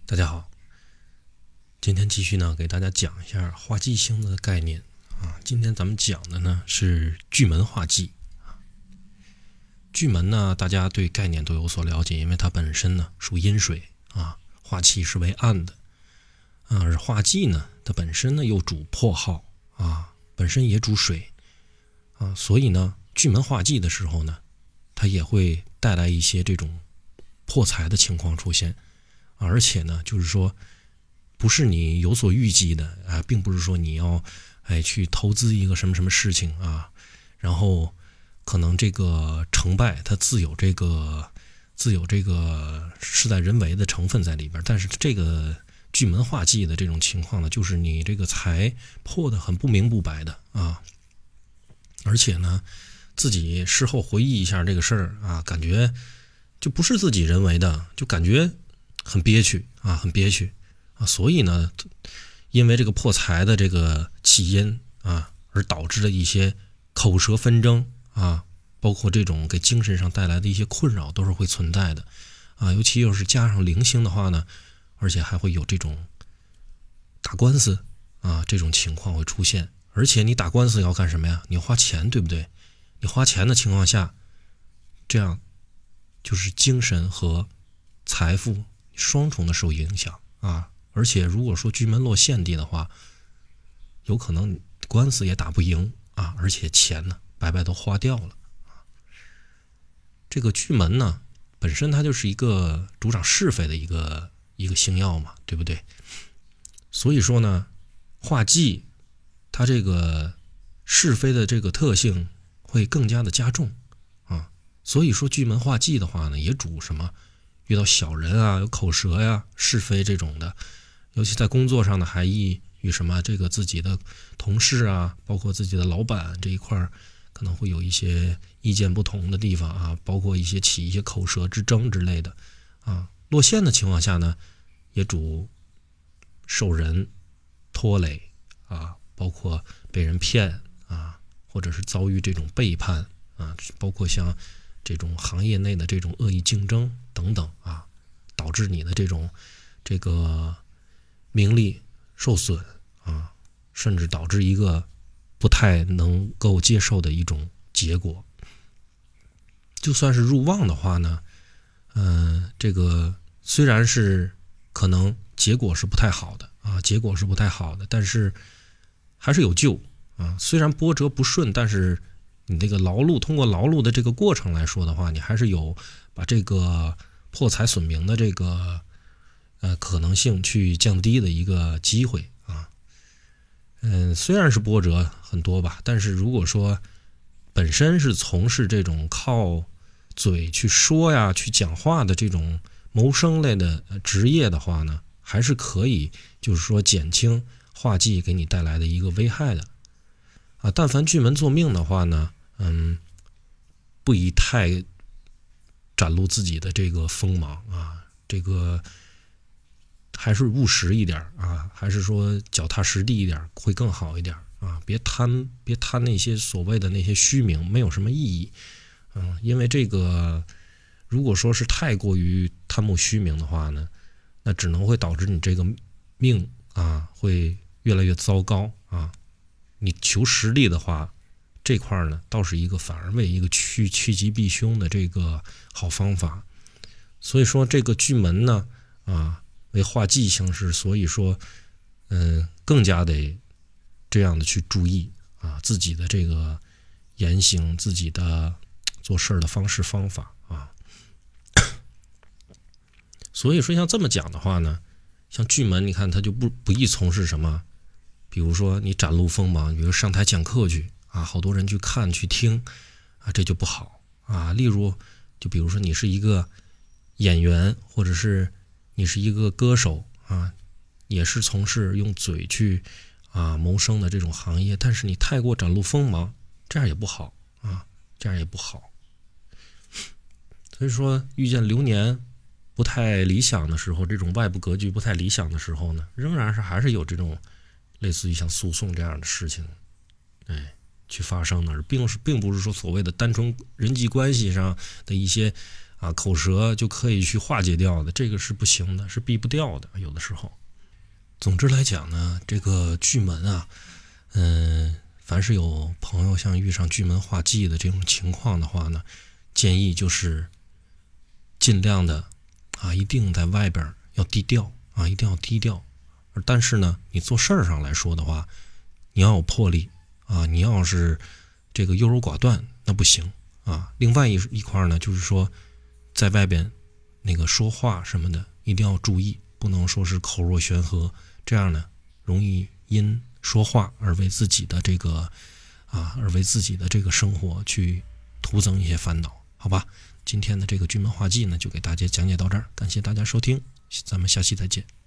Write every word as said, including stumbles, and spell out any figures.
大家好，今天继续呢给大家讲一下化忌星的概念啊。今天咱们讲的呢是巨门化忌。巨门呢，大家对概念都有所了解，因为它本身呢属阴水啊，化气是为暗的啊，而化忌呢，它本身呢又主破耗啊，本身也主水啊，所以呢，巨门化忌的时候呢，它也会带来一些这种破财的情况出现。而且呢，就是说，不是你有所预计的啊，并不是说你要哎去投资一个什么什么事情啊，然后可能这个成败它自有这个自有这个事在人为的成分在里边。但是这个巨门化忌的这种情况呢，就是你这个财破的很不明不白的啊，而且呢，自己事后回忆一下这个事儿啊，感觉就不是自己人为的，就感觉很憋屈啊，很憋屈啊，所以呢，因为这个破财的这个起因啊，而导致的一些口舌纷争啊，包括这种给精神上带来的一些困扰都是会存在的啊，尤其又是加上零星的话呢，而且还会有这种打官司啊这种情况会出现。而且你打官司要干什么呀？你花钱，对不对？你花钱的情况下，这样就是精神和财富双重的受影响啊！而且如果说巨门落陷地的话，有可能官司也打不赢啊，而且钱呢白白都花掉了啊。这个巨门呢，本身它就是一个主掌是非的一个一个星曜嘛，对不对？所以说呢，化忌它这个是非的这个特性会更加的加重啊。所以说巨门化忌的话呢，也主什么？遇到小人啊，有口舌呀、是非这种的，尤其在工作上呢，还易与什么这个自己的同事啊，包括自己的老板这一块可能会有一些意见不同的地方啊，包括一些起一些口舌之争之类的啊。落陷的情况下呢，也主受人拖累啊，包括被人骗啊，或者是遭遇这种背叛啊，包括像这种行业内的这种恶意竞争等等啊，导致你的这种这个名利受损啊，甚至导致一个不太能够接受的一种结果。就算是入旺的话呢，嗯、呃，这个虽然是可能结果是不太好的啊，结果是不太好的，但是还是有救啊。虽然波折不顺，但是你这个劳碌，通过劳碌的这个过程来说的话，你还是有把这个破财损名的这个呃可能性去降低的一个机会啊。嗯，虽然是波折很多吧，但是如果说本身是从事这种靠嘴去说呀、去讲话的这种谋生类的职业的话呢，还是可以，就是说减轻化忌给你带来的一个危害的。啊，但凡巨门坐命的话呢，嗯，不宜太展露自己的这个锋芒啊，这个还是务实一点啊，还是说脚踏实地一点会更好一点啊，别贪别贪那些所谓的那些虚名，没有什么意义。嗯，因为这个如果说是太过于贪慕虚名的话呢，那只能会导致你这个命啊会越来越糟糕啊。你求实力的话，这块呢倒是一个反而为一个趋趋吉避凶的这个好方法。所以说这个巨门呢啊为化忌形式，所以说嗯、呃、更加得这样的去注意啊自己的这个言行，自己的做事的方式方法啊。所以说像这么讲的话呢，像巨门你看他就不不易从事什么，比如说你展露锋芒，比如上台讲课去啊，好多人去看去听啊，这就不好啊。例如就比如说你是一个演员，或者是你是一个歌手啊，也是从事用嘴去啊谋生的这种行业，但是你太过展露锋芒，这样也不好啊，这样也不好。所以说遇见流年不太理想的时候，这种外部格局不太理想的时候呢，仍然是还是有这种类似于像诉讼这样的事情，哎，去发生的，并是并不是说所谓的单纯人际关系上的一些啊，口舌就可以去化解掉的，这个是不行的，是避不掉的，有的时候。总之来讲呢，这个巨门啊，嗯，凡是有朋友像遇上巨门化忌的这种情况的话呢，建议就是尽量的啊，一定在外边要低调啊，一定要低调。但是呢，你做事儿上来说的话，你要有魄力啊，你要是这个优柔寡断，那不行啊。另外一一块呢，就是说在外边那个说话什么的，一定要注意，不能说是口若悬河，这样呢，容易因说话而为自己的这个啊，而为自己的这个生活去徒增一些烦恼，好吧？今天的这个巨门化忌呢，就给大家讲解到这儿，感谢大家收听，咱们下期再见。